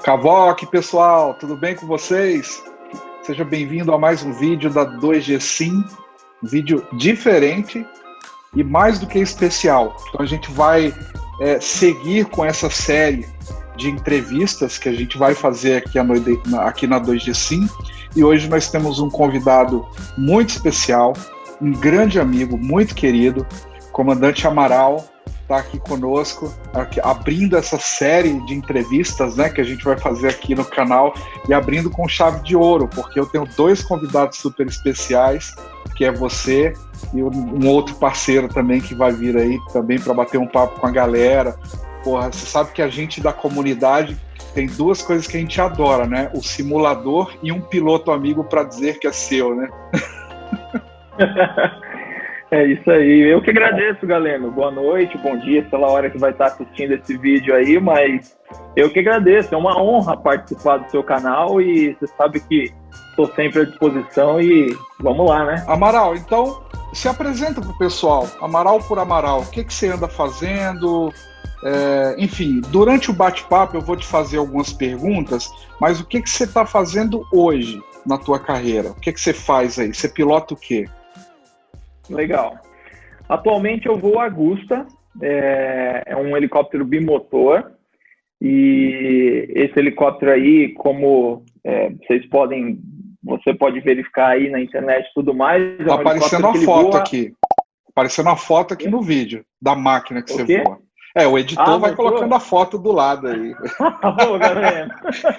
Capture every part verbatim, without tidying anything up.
Cavoque, pessoal, tudo bem com vocês? Seja bem-vindo a mais um vídeo da dois G Sim, um vídeo diferente e mais do que especial. Então a gente vai é, seguir com essa série de entrevistas que a gente vai fazer aqui, a noite, aqui na dois G Sim, e hoje nós temos um convidado muito especial, um grande amigo, muito querido, Comandante Amaral, está aqui conosco, aqui, abrindo essa série de entrevistas, né, que a gente vai fazer aqui no canal, e abrindo com chave de ouro, porque eu tenho dois convidados super especiais, que é você e um outro parceiro também que vai vir aí também para bater um papo com a galera. Porra, você sabe que a gente da comunidade tem duas coisas que a gente adora, né? O simulador e um piloto amigo para dizer que é seu, né? É isso aí. Eu que agradeço, Galeno. Boa noite, bom dia, pela hora que vai estar assistindo esse vídeo aí, mas eu que agradeço. É uma honra participar do seu canal e você sabe que estou sempre à disposição e vamos lá, né? Amaral, então se apresenta para o pessoal. Amaral por Amaral, o que, que você anda fazendo? É, enfim, durante o bate-papo eu vou te fazer algumas perguntas, mas o que, que você está fazendo hoje na tua carreira? O que, que você faz aí? Você pilota o quê? Legal. Atualmente eu voo Agusta, é, é um helicóptero bimotor, e esse helicóptero aí, como é, vocês podem, você pode verificar aí na internet e tudo mais. Tá é um aparecendo a foto voa... aqui. Aparecendo a foto aqui no vídeo da máquina que o você quê? voa. É, o editor ah, vai motor? colocando a foto do lado aí. Boa, galera.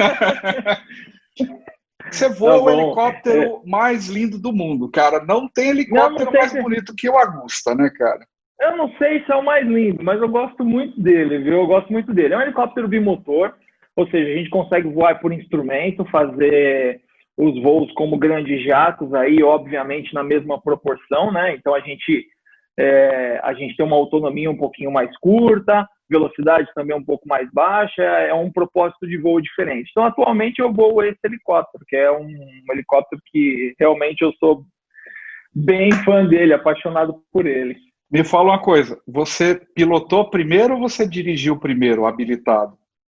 Você voa Tá o helicóptero é... mais lindo do mundo, cara. Não tem helicóptero não, não mais se... bonito que o Agusta, né, cara? Eu não sei se é o mais lindo, mas eu gosto muito dele, viu? Eu gosto muito dele. É um helicóptero bimotor, ou seja, a gente consegue voar por instrumento, fazer os voos como grandes jatos aí, obviamente, na mesma proporção, né? Então a gente, é, a gente tem uma autonomia um pouquinho mais curta, velocidade também um pouco mais baixa, é um propósito de voo diferente. Então, atualmente eu voo esse helicóptero, que é um helicóptero que realmente eu sou bem fã dele, apaixonado por ele. Me fala uma coisa, você pilotou primeiro ou você dirigiu primeiro, habilitado?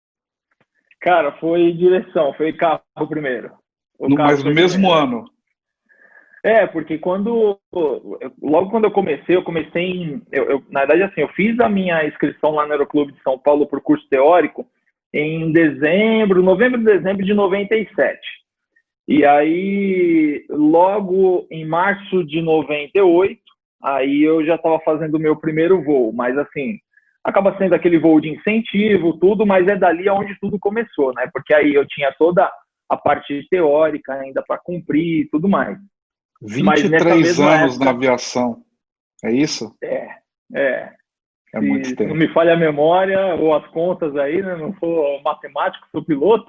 Cara, foi direção, foi carro primeiro. No, mas no mesmo primeiro. ano? É, porque quando, logo quando eu comecei, eu comecei em, eu, eu, na verdade assim, eu fiz a minha inscrição lá no Aeroclube de São Paulo por curso teórico em dezembro, novembro, dezembro de noventa e sete. E aí, logo em março de noventa e oito, aí eu já estava fazendo o meu primeiro voo, mas assim, acaba sendo aquele voo de incentivo, tudo, mas é dali onde tudo começou, né? Porque aí eu tinha toda a parte teórica ainda para cumprir e tudo mais. vinte e três anos época, na aviação, é isso? É, é. É se, muito tempo. Se não me falha a memória ou as contas aí, né? Não sou matemático, sou piloto,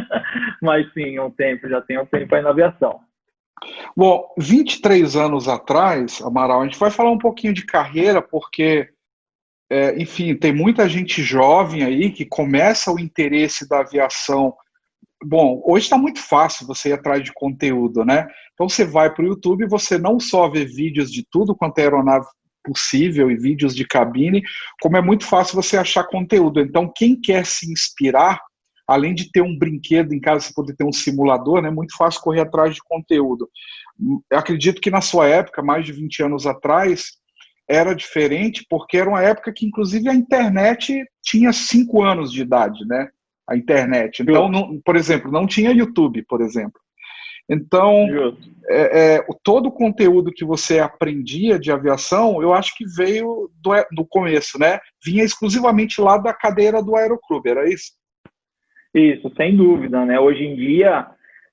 mas sim, um tempo, já tem um tempo aí na aviação. Bom, vinte e três anos atrás, Amaral, a gente vai falar um pouquinho de carreira, porque, é, enfim, tem muita gente jovem aí que começa o interesse da aviação. Bom, hoje está muito fácil você ir atrás de conteúdo, né? Então você vai para o YouTube e você não só vê vídeos de tudo quanto é aeronave possível e vídeos de cabine, como é muito fácil você achar conteúdo. Então quem quer se inspirar, além de ter um brinquedo em casa, você poder ter um simulador, né? É muito fácil correr atrás de conteúdo. Eu acredito que na sua época, mais de vinte anos atrás, era diferente, porque era uma época que inclusive a internet tinha cinco anos de idade, né? A internet. Então, não, por exemplo, não tinha YouTube, por exemplo. Então, é, é, todo o conteúdo que você aprendia de aviação, eu acho que veio do, do começo, né? Vinha exclusivamente lá da cadeira do Aeroclube, era isso? Isso, sem dúvida, né? Hoje em dia,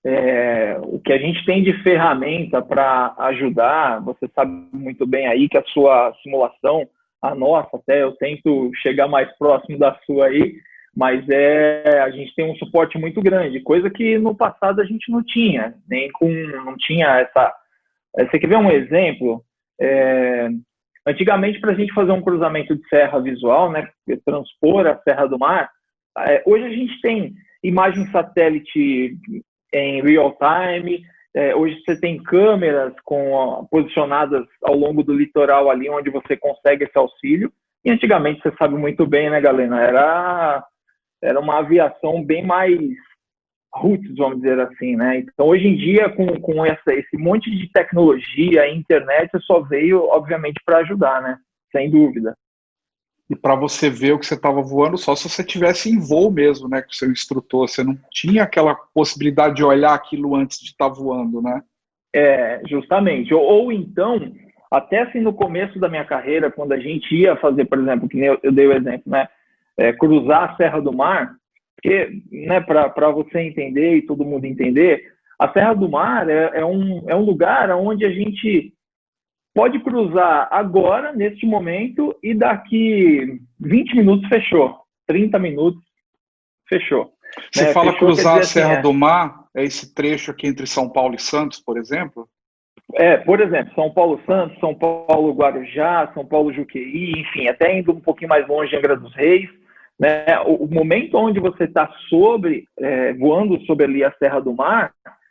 é, o que a gente tem de ferramenta para ajudar, você sabe muito bem aí que a sua simulação, a nossa até, eu tento chegar mais próximo da sua aí, mas é, a gente tem um suporte muito grande, coisa que no passado a gente não tinha, nem com, não tinha essa... Você quer ver um exemplo? É, antigamente, para a gente fazer um cruzamento de serra visual, né, transpor a Serra do Mar, é, hoje a gente tem imagem satélite em real time, é, hoje você tem câmeras com, posicionadas ao longo do litoral ali, onde você consegue esse auxílio, e antigamente, você sabe muito bem, né, Galena, era era uma aviação bem mais roots, vamos dizer assim, né? Então, hoje em dia, com, com essa, esse monte de tecnologia, a internet só veio, obviamente, para ajudar, né? Sem dúvida. E para você ver o que você estava voando, só se você tivesse em voo mesmo, né? Com o seu instrutor, você não tinha aquela possibilidade de olhar aquilo antes de estar voando, né? É, justamente. Ou, ou então, até assim no começo da minha carreira, quando a gente ia fazer, por exemplo, que nem eu, eu dei o exemplo, né? É, cruzar a Serra do Mar, porque, né, para você entender e todo mundo entender, a Serra do Mar é, é, um, é um lugar onde a gente pode cruzar agora, neste momento, e daqui vinte minutos fechou. trinta minutos fechou. Você né? fala fechou, cruzar a assim, Serra é, do Mar, é esse trecho aqui entre São Paulo e Santos, por exemplo? É, por exemplo, São Paulo Santos, São Paulo Guarujá, São Paulo Juqueí, enfim, até indo um pouquinho mais longe, Angra dos Reis, né? O, o momento onde você está sobre, é, voando sobre ali a Serra do Mar,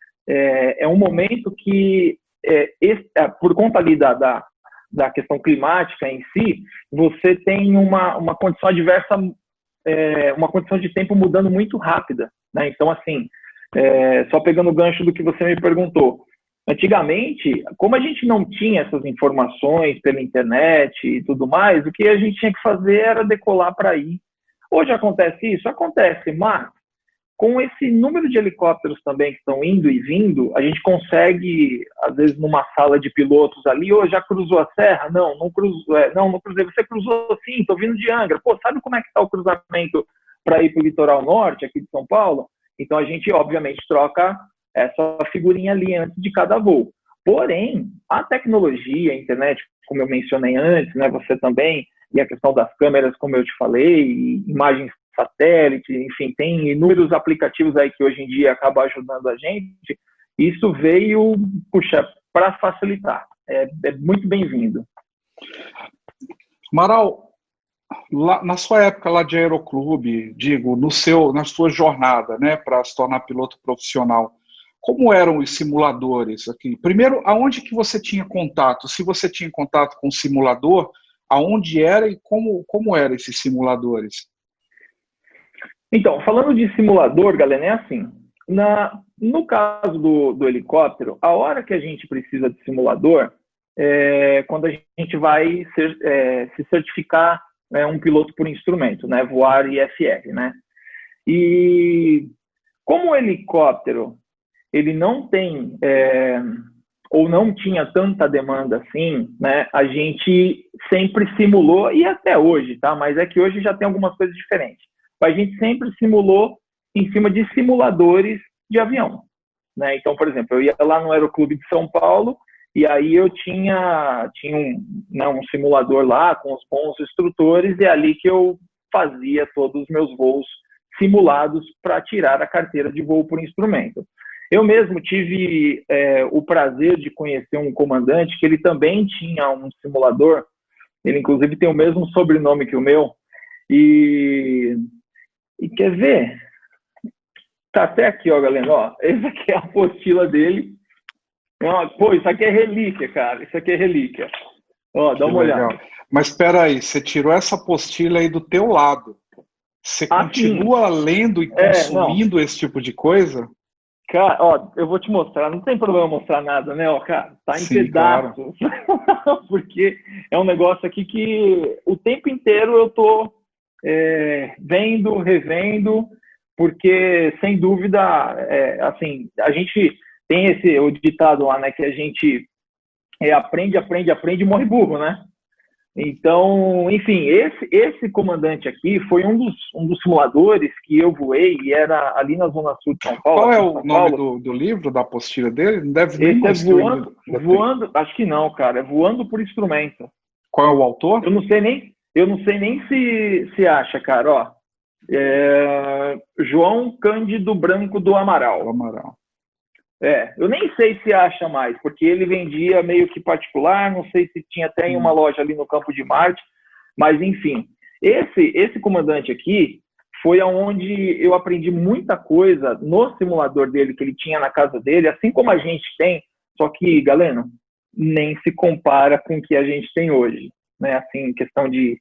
é, é um momento que, é, esse, é, por conta ali da, da, da questão climática em si, você tem uma, uma condição adversa, é, uma condição de tempo mudando muito rápida, né? Então, assim, é, só pegando o gancho do que você me perguntou, antigamente, como a gente não tinha essas informações pela internet e tudo mais, o que a gente tinha que fazer era decolar para ir. Hoje acontece isso? Acontece, mas com esse número de helicópteros também que estão indo e vindo, a gente consegue, às vezes, numa sala de pilotos ali, ô, oh, já cruzou a serra? Não, não cruzou, é, não, não cruzei. Você cruzou sim, estou vindo de Angra. Pô, sabe como é que está o cruzamento para ir para o litoral norte, aqui de São Paulo? Então, a gente, obviamente, troca essa figurinha ali antes de cada voo. Porém, a tecnologia, a internet, como eu mencionei antes, né, você também, e a questão das câmeras, como eu te falei, imagens satélite, enfim, tem inúmeros aplicativos aí que hoje em dia acabam ajudando a gente, isso veio, puxa, para facilitar. É, é muito bem-vindo. Amaral, lá, na sua época lá de aeroclube, digo, no seu, na sua jornada, né, para se tornar piloto profissional, como eram os simuladores aqui? Primeiro, aonde que você tinha contato? Se você tinha contato com o simulador, aonde era e como, como eram esses simuladores? Então, falando de simulador, galera, é assim. Na, no caso do, do helicóptero, a hora que a gente precisa de simulador é quando a gente vai ser, é, se certificar é, um piloto por instrumento, né? Voar I F R, né? E como o helicóptero ele não tem, é, ou não tinha tanta demanda assim, né? A gente sempre simulou, e até hoje, tá? Mas é que hoje já tem algumas coisas diferentes. A gente sempre simulou em cima de simuladores de avião, né? Então, por exemplo, eu ia lá no Aeroclube de São Paulo e aí eu tinha, tinha um, né, um simulador lá com os bons instrutores e é ali que eu fazia todos os meus voos simulados para tirar a carteira de voo por instrumento. Eu mesmo tive é, o prazer de conhecer um comandante que ele também tinha um simulador, ele inclusive tem o mesmo sobrenome que o meu, e, e quer ver? Tá até aqui, ó, galera, ó, essa aqui é a apostila dele. Ó, pô, isso aqui é relíquia, cara, isso aqui é relíquia. Ó, dá Que uma legal. olhada. Mas espera aí, você tirou essa apostila aí do teu lado. Você Ah, continua sim. lendo e É, consumindo não. esse tipo de coisa? Cara, ó, eu vou te mostrar, não tem problema mostrar nada, né, ó, cara, tá em Sim, claro. pedaços, porque é um negócio aqui que o tempo inteiro eu tô é, vendo, revendo, porque, sem dúvida, é, assim, a gente tem esse, o ditado lá, né, que a gente é, aprende, aprende, aprende e morre burro, né? Então, enfim, esse, esse comandante aqui foi um dos, um dos simuladores que eu voei e era ali na Zona Sul de São Paulo. Qual é aqui em o São nome Paulo. do, do livro, da apostila dele? Não deve nem Esse é mais ter voando, ainda. voando, acho que não, cara, é voando por instrumento. Qual é o autor? Eu não sei nem, eu não sei nem se, se acha, cara, ó. É, João Cândido Branco do Amaral. Do Amaral. É, eu nem sei se acha mais, porque ele vendia meio que particular, não sei se tinha até em uma loja ali no Campo de Marte, mas enfim. Esse, esse comandante aqui foi aonde eu aprendi muita coisa no simulador dele, que ele tinha na casa dele, assim como a gente tem, só que, galera, nem se compara com o que a gente tem hoje, né? Assim, questão de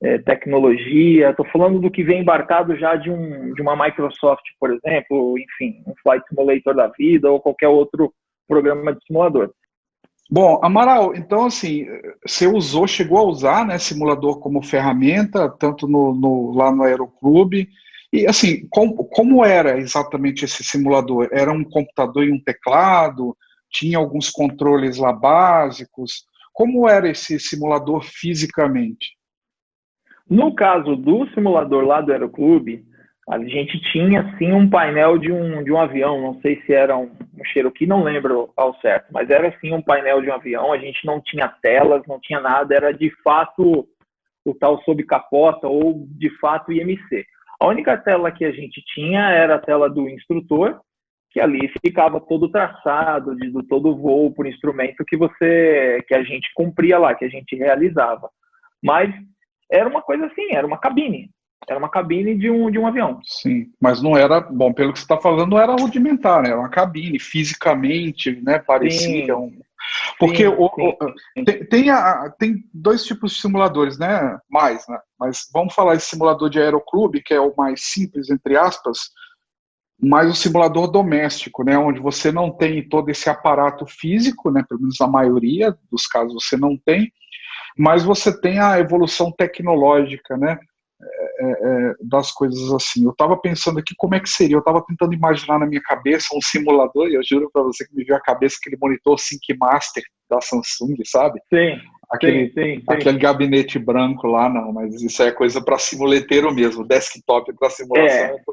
é, tecnologia. Estou falando do que vem embarcado já de, um, de uma Microsoft, por exemplo, enfim, um Flight Simulator da vida ou qualquer outro programa de simulador. Bom, Amaral, então assim, você usou, chegou a usar, né, simulador como ferramenta, tanto no, no, lá no Aeroclube, e assim, com, como era exatamente esse simulador? Era um computador e um teclado? Tinha alguns controles lá básicos? Como era esse simulador fisicamente? No caso do simulador lá do Aeroclube, a gente tinha sim um painel de um, de um avião, não sei se era um, um Cherokee, não lembro ao certo, mas era sim um painel de um avião, a gente não tinha telas, não tinha nada, era de fato o tal sob capota ou de fato I M C. A única tela que a gente tinha era a tela do instrutor, que ali ficava todo traçado, de do todo o voo por instrumento que você, que a gente cumpria lá, que a gente realizava. Mas era uma coisa assim, era uma cabine. Era uma cabine de um, de um avião. Sim, mas não era, bom, pelo que você está falando, não era rudimentar, né? Era uma cabine, fisicamente, né? Parecia Sim, um... Porque sim, o, sim. o, tem, tem, a, tem dois tipos de simuladores, né? Mais, né? Mas vamos falar de simulador de aeroclube, que é o mais simples, entre aspas, mas o simulador doméstico, né? Onde você não tem todo esse aparato físico, né? Pelo menos a maioria dos casos você não tem, mas você tem a evolução tecnológica, né? É, é, das coisas assim. Eu estava pensando aqui como é que seria, eu estava tentando imaginar na minha cabeça um simulador, e eu juro para você que me veio a cabeça aquele monitor Sync Master da Samsung, sabe? Sim, Aquele, sim, sim, sim. aquele gabinete branco lá, não, mas isso é coisa para simuleteiro mesmo, desktop para simulação. É,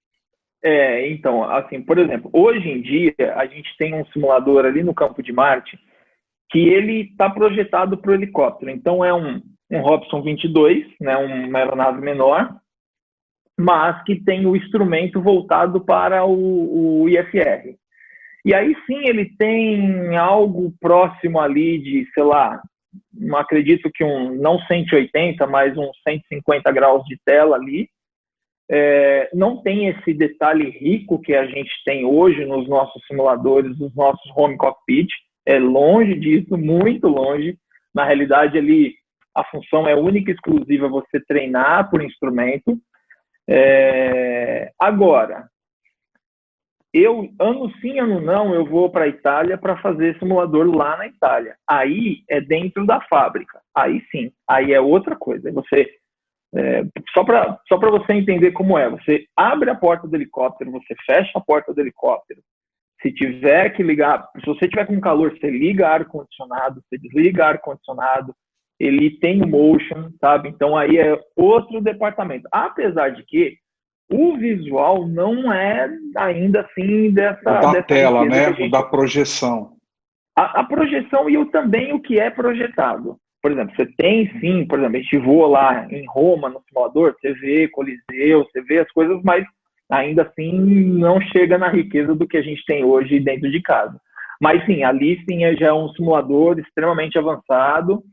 é, então, assim, por exemplo, hoje em dia a gente tem um simulador ali no Campo de Marte que ele está projetado para o helicóptero. Então é um um Hobson vinte e dois, né, uma aeronave menor, mas que tem o instrumento voltado para o, o I F R. E aí sim ele tem algo próximo ali de, sei lá, não acredito que um, não cento e oitenta, mas uns cento e cinquenta graus de tela ali. É, não tem esse detalhe rico que a gente tem hoje nos nossos simuladores, nos nossos home cockpit. É longe disso, muito longe. Na realidade, ele a função é única e exclusiva você treinar por instrumento. É... Agora, eu, ano sim, ano não, eu vou para a Itália para fazer simulador lá na Itália. Aí é dentro da fábrica. Aí sim, aí é outra coisa. Você, é, só para só para você entender como é, você abre a porta do helicóptero, você fecha a porta do helicóptero. Se tiver que ligar, se você tiver com calor, você liga ar-condicionado, você desliga ar-condicionado, ele tem o motion, sabe? Então aí é outro departamento. Apesar de que o visual não é ainda assim dessa... O da dessa tela, né? gente... O da projeção. A, a projeção e o, também o que é projetado. Por exemplo, você tem sim, por exemplo, a gente voa lá em Roma, no simulador, você vê Coliseu, você vê as coisas, mas ainda assim não chega na riqueza do que a gente tem hoje dentro de casa. Mas sim, ali sim já é um simulador extremamente avançado.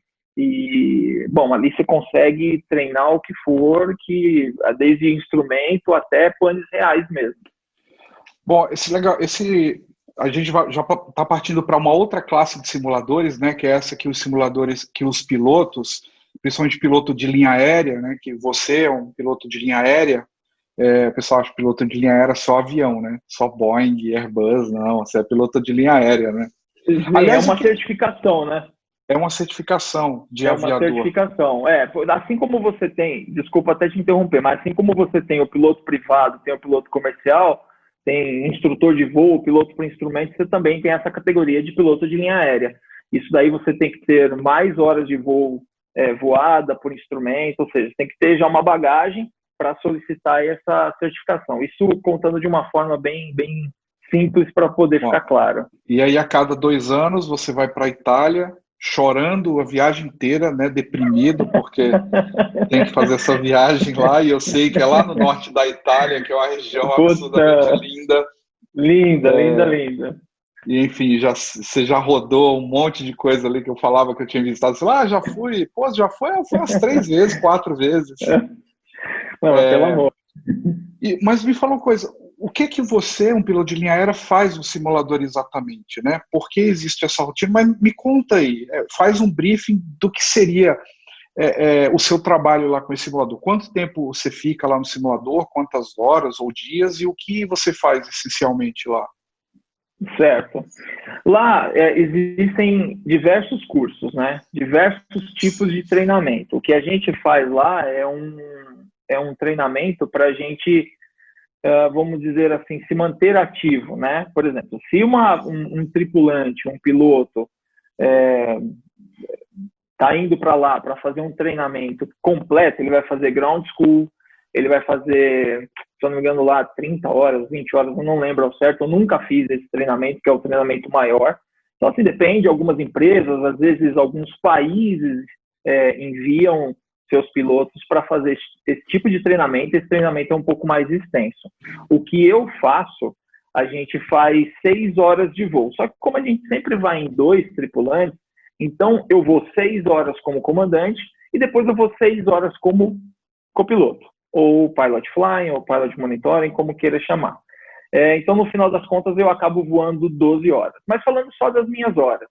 E, bom, ali você consegue treinar o que for, que, desde instrumento até planos reais mesmo. Bom, esse legal, esse a gente vai, já está partindo para uma outra classe de simuladores, né? Que é essa que os simuladores, que os pilotos, principalmente piloto de linha aérea, né? Que você é um piloto de linha aérea. É, o pessoal acha que piloto de linha aérea só avião, né? Só Boeing, Airbus, não. Você é piloto de linha aérea, né? Sim, aliás, é uma que... certificação, né? É uma certificação de é aviador. É uma certificação. É, assim como você tem, desculpa até te interromper, mas assim como você tem o piloto privado, tem o piloto comercial, tem instrutor de voo, piloto por instrumento, você também tem essa categoria de piloto de linha aérea. Isso daí você tem que ter mais horas de voo é, voada por instrumento, ou seja, tem que ter já uma bagagem para solicitar essa certificação. Isso contando de uma forma bem, bem simples para poder Bom, ficar claro. E aí a cada dois anos você vai para a Itália, chorando a viagem inteira, né, deprimido, porque tem que fazer essa viagem lá, e eu sei que é lá no norte da Itália, que é uma região Puta, absurdamente linda. Linda, é, linda, linda. E, enfim, já, você já rodou um monte de coisa ali que eu falava que eu tinha visitado. Você lá, ah, já fui, pô, já foi, foi umas três vezes, quatro vezes. Não, é, pelo amor. E, mas me fala uma coisa, o que que você, um piloto de linha aérea, faz no simulador exatamente, né? Por que existe essa rotina? Mas me conta aí, faz um briefing do que seria é, é, o seu trabalho lá com esse simulador? Quanto tempo você fica lá no simulador? Quantas horas ou dias? E o que você faz essencialmente lá? Certo. Lá é, existem diversos cursos, né? Diversos tipos de treinamento. O que a gente faz lá é um, é um treinamento para a gente, uh, vamos dizer assim, se manter ativo, né? Por exemplo, se uma, um, um tripulante, um piloto, está é, indo para lá para fazer um treinamento completo, ele vai fazer ground school, ele vai fazer, se eu não me engano, lá trinta horas, vinte horas, eu não lembro ao certo, eu nunca fiz esse treinamento, que é o treinamento maior. Então, assim, depende, algumas empresas, às vezes alguns países é, enviam seus pilotos para fazer esse, esse tipo de treinamento, esse treinamento é um pouco mais extenso. O que eu faço, a gente faz seis horas de voo, só que como a gente sempre vai em dois tripulantes, então eu vou seis horas como comandante e depois eu vou seis horas como copiloto, ou pilot flying, ou pilot monitoring, como queira chamar. É, então, no final das contas, eu acabo voando doze horas. Mas falando só das minhas horas,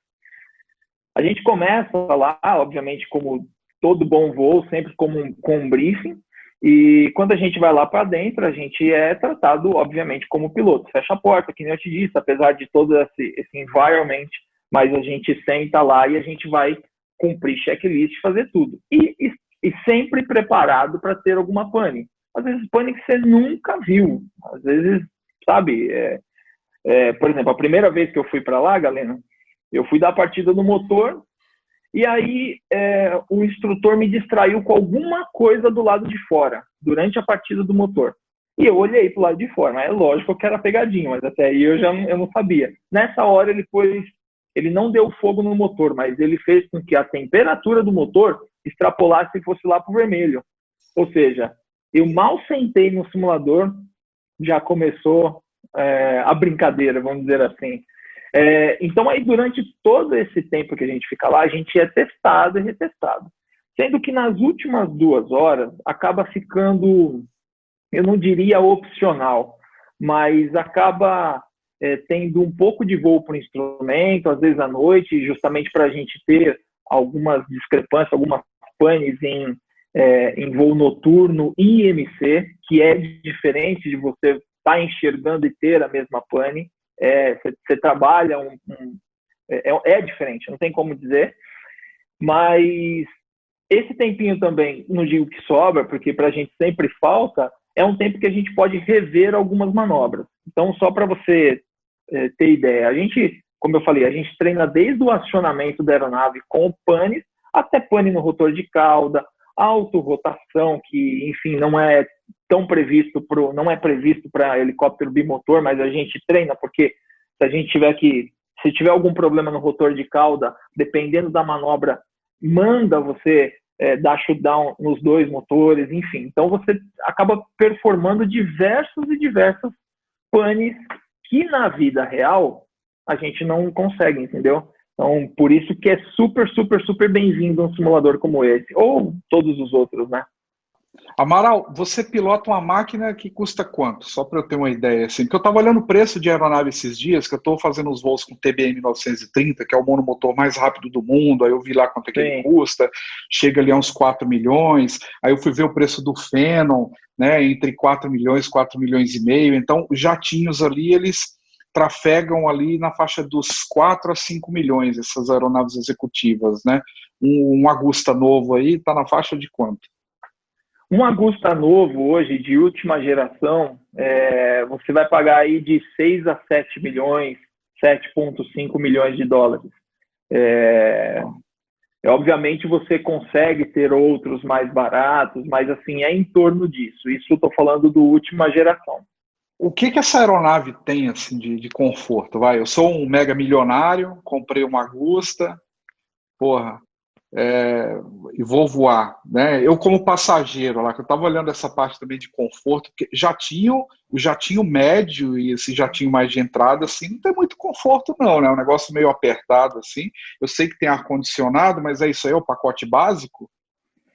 a gente começa lá, obviamente, como todo bom voo, sempre como um, com um briefing, e quando a gente vai lá para dentro, a gente é tratado, obviamente, como piloto. Fecha a porta, que nem eu te disse, apesar de todo esse, esse environment, mas a gente senta lá e a gente vai cumprir checklist, fazer tudo. E, e e sempre preparado para ter alguma pane. Às vezes, pane que você nunca viu. Às vezes, sabe, é, é, por exemplo, a primeira vez que eu fui para lá, Galena, eu fui dar a partida no motor e aí é, o instrutor me distraiu com alguma coisa do lado de fora, durante a partida do motor. E eu olhei para o lado de fora, mas é lógico que era pegadinha, mas até aí eu já não, eu não sabia. Nessa hora ele pôs, ele não deu fogo no motor, mas ele fez com que a temperatura do motor extrapolasse e fosse lá para o vermelho. Ou seja, eu mal sentei no simulador, já começou é, a brincadeira, vamos dizer assim. É, então, aí, durante todo esse tempo que a gente fica lá, a gente é testado e retestado. Sendo que nas últimas duas horas, acaba ficando, eu não diria opcional, mas acaba é, tendo um pouco de voo para o instrumento, às vezes à noite, justamente para a gente ter algumas discrepâncias, algumas panes em, é, em voo noturno e I M C, que é diferente de você estar tá enxergando e ter a mesma pane. É, você, você trabalha, um, um, é, é diferente, não tem como dizer, mas esse tempinho também, não digo que sobra, porque para a gente sempre falta, é um tempo que a gente pode rever algumas manobras. Então, só para você é, ter ideia, a gente, como eu falei, a gente treina desde o acionamento da aeronave com o panes, até pane no rotor de cauda, autorrotação, que, enfim, não é tão previsto pro, não é previsto para helicóptero bimotor, mas a gente treina, porque se a gente tiver que, se tiver algum problema no rotor de cauda, dependendo da manobra, manda você é, dar shutdown nos dois motores, enfim. Então você acaba performando diversos e diversos panes que na vida real a gente não consegue, entendeu? Então, por isso que é super, super, super bem-vindo um simulador como esse, ou todos os outros, né? Amaral, você pilota uma máquina que custa quanto? Só para eu ter uma ideia, assim, porque eu estava olhando o preço de aeronave esses dias, que eu estou fazendo os voos com T B M novecentos e trinta, que é o monomotor mais rápido do mundo, aí eu vi lá quanto é que ele custa, chega ali a uns quatro milhões, aí eu fui ver o preço do Phenom, né, entre quatro milhões, quatro milhões e meio, então jatinhos ali, eles trafegam ali na faixa dos quatro a cinco milhões, essas aeronaves executivas, né? Um, um Agusta novo aí está na faixa de quanto? Um Agusta novo hoje, de última geração, é, você vai pagar aí de seis a sete milhões, sete vírgula cinco milhões de dólares. É, é, obviamente você consegue ter outros mais baratos, mas assim, é em torno disso. Isso eu estou falando do última geração. O que que essa aeronave tem assim de, de conforto? Vai, eu sou um mega milionário, comprei uma Agusta, porra, é, e vou voar, né? Eu como passageiro lá, que eu estava olhando essa parte também de conforto, porque jatinho, o jatinho médio e esse jatinho mais de entrada, assim, não tem muito conforto não, né? É um negócio meio apertado, assim. Eu sei que tem ar-condicionado, mas é isso aí, é o pacote básico?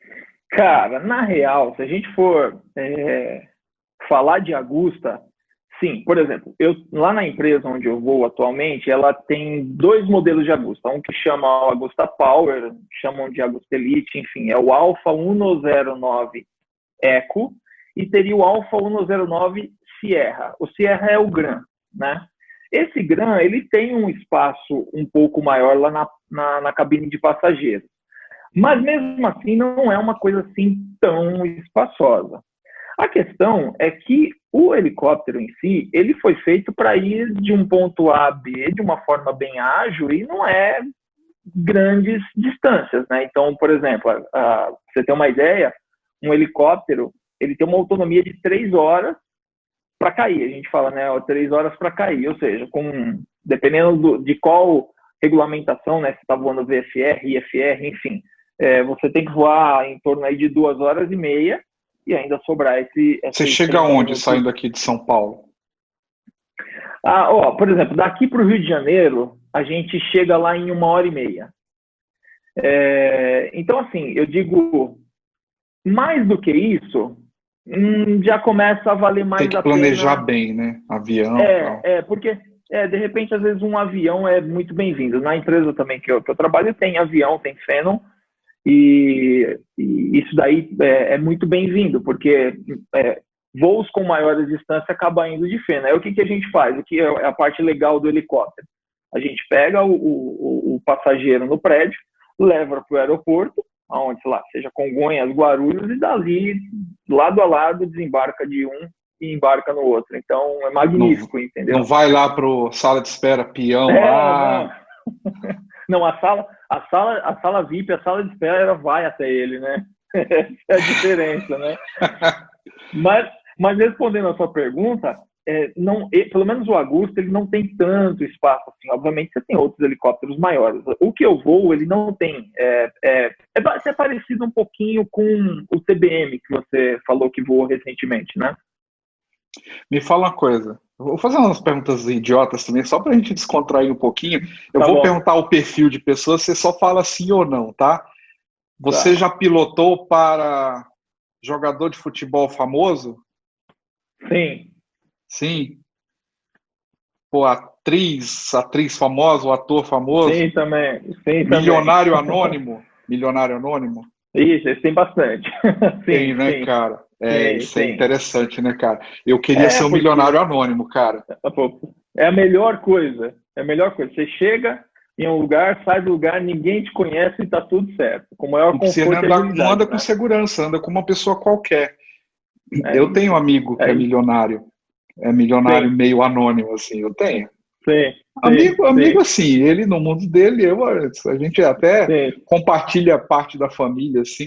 Cara, na real, se a gente for é, falar de Agusta, Sim, por exemplo, eu, lá na empresa onde eu vou atualmente, ela tem dois modelos de Agusta. Um que chama o Agusta Power, chamam de Agusta Elite, enfim, é o Alpha cento e nove Eco e teria o Alpha cento e nove Sierra. O Sierra é o Gran, né? Esse Gran, ele tem um espaço um pouco maior lá na, na, na cabine de passageiros. Mas mesmo assim não é uma coisa assim tão espaçosa. A questão é que o helicóptero em si, ele foi feito para ir de um ponto A a B de uma forma bem ágil e não é grandes distâncias, né? Então, por exemplo, a, a, você ter uma ideia, um helicóptero, ele tem uma autonomia de três horas para cair. A gente fala, né, três horas para cair, ou seja, com, dependendo do, de qual regulamentação, né, se está voando V F R, I F R, enfim, é, você tem que voar em torno aí de duas horas e meia e ainda sobrar esse... Você chega aonde saindo aqui de São Paulo? Ah, ó, por exemplo, daqui para o Rio de Janeiro, a gente chega lá em uma hora e meia. É, então, assim, eu digo, mais do que isso, hum, já começa a valer mais a pena... Tem que planejar bem, né? Avião é, tal. É, porque, é, de repente, às vezes um avião é muito bem-vindo. Na empresa também que eu, que eu trabalho, tem avião, tem Phenom, e, e isso daí é, é muito bem-vindo, porque é, voos com maiores distâncias acabam indo de Phenom. Aí o que, que a gente faz? O que é a parte legal do helicóptero? A gente pega o, o, o passageiro no prédio, leva para o aeroporto, aonde, sei lá, seja Congonhas, Guarulhos, e dali, lado a lado, desembarca de um e embarca no outro. Então, é magnífico, não, entendeu? Não vai lá para a sala de espera peão é, lá... Não. Não, a sala, a sala, a sala V I P, a sala de espera vai até ele, né? Essa é a diferença, né? Mas, mas respondendo a sua pergunta, é, não, pelo menos o Agusta, ele não tem tanto espaço assim. Obviamente, você tem outros helicópteros maiores. O que eu voo, ele não tem. É, é, é, é parecido um pouquinho com o T B M que você falou que voou recentemente, né? Me fala uma coisa. Vou fazer umas perguntas idiotas também, só para a gente descontrair um pouquinho. Eu Tá vou bom. perguntar o perfil de pessoas, você só fala sim ou não, tá? Você Tá. já pilotou para jogador de futebol famoso? Sim. Sim. Pô, atriz, atriz famosa, ou ator famoso? Sim, também. Sim, Milionário também. anônimo? Milionário anônimo? Isso, esse tem bastante. sim, tem, né, sim. cara? É, Sim, isso é sim. interessante, né, cara? Eu queria É, ser um porque... milionário anônimo, cara. É a melhor coisa. É a melhor coisa. Você chega em um lugar, sai do lugar, ninguém te conhece e tá tudo certo. Com o maior Não precisa conforto e andar, agilidade. não anda né? com segurança, anda com uma pessoa qualquer. É eu isso. tenho um amigo que é, é milionário. É milionário sim. meio anônimo, assim, eu tenho. Sim, Amigo, sim, amigo sim. assim, ele no mundo dele, eu, a gente até sim. compartilha parte da família, assim,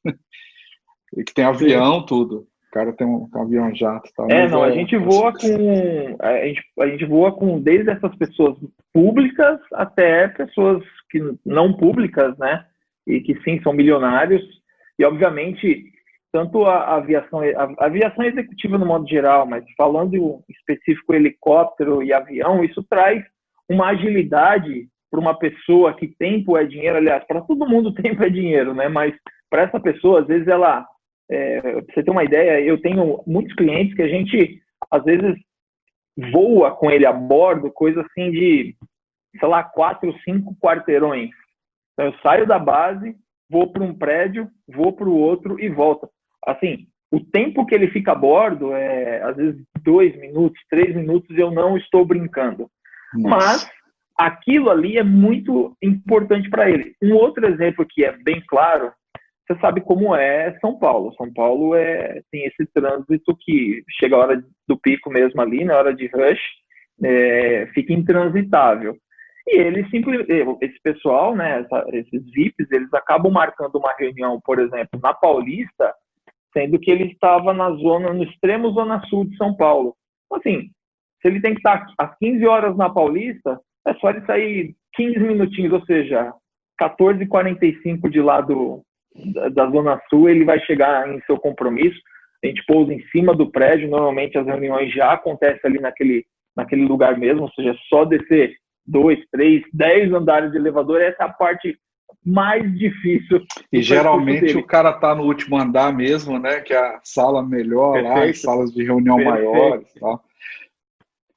que tem avião, sim. tudo. O cara tem um, um avião jato e tal. É, mas não, é, a gente é, voa com. A gente, a gente voa com desde essas pessoas públicas até pessoas que não públicas, né? E que sim são milionários. E obviamente, tanto a aviação, a aviação executiva no modo geral, mas falando em específico helicóptero e avião, isso traz uma agilidade para uma pessoa que tempo é dinheiro. Aliás, para todo mundo tempo é dinheiro, né? Mas para essa pessoa, às vezes ela, é, pra você ter uma ideia, eu tenho muitos clientes que a gente às vezes voa com ele a bordo, coisa assim de, sei lá, quatro, cinco quarteirões. Então eu saio da base, vou para um prédio, vou para o outro e volto. Assim, o tempo que ele fica a bordo é, às vezes, dois minutos, três minutos, eu não estou brincando. Nossa. Mas aquilo ali é muito importante para ele. Um outro exemplo que é bem claro, você sabe como é São Paulo. São Paulo é, tem esse trânsito que chega a hora do pico mesmo ali, na hora de rush, é, fica intransitável. E eles simplesmente, esse pessoal, né, essa, esses V I Ps, eles acabam marcando uma reunião, por exemplo, na Paulista, sendo que ele estava na zona, no extremo zona sul de São Paulo. Então, assim, se ele tem que estar às quinze horas na Paulista, é só ele sair quinze minutinhos, ou seja, quatorze e quarenta e cinco de lá do, da, da zona sul, ele vai chegar em seu compromisso. A gente pousa em cima do prédio, normalmente as reuniões já acontecem ali naquele, naquele lugar mesmo, ou seja, só descer dois, três, dez andares de elevador, essa é a parte mais difícil. E geralmente dele. O cara tá no último andar mesmo, né? Que é a sala melhor. Perfeito. Lá, as salas de reunião Perfeito. Maiores e tal.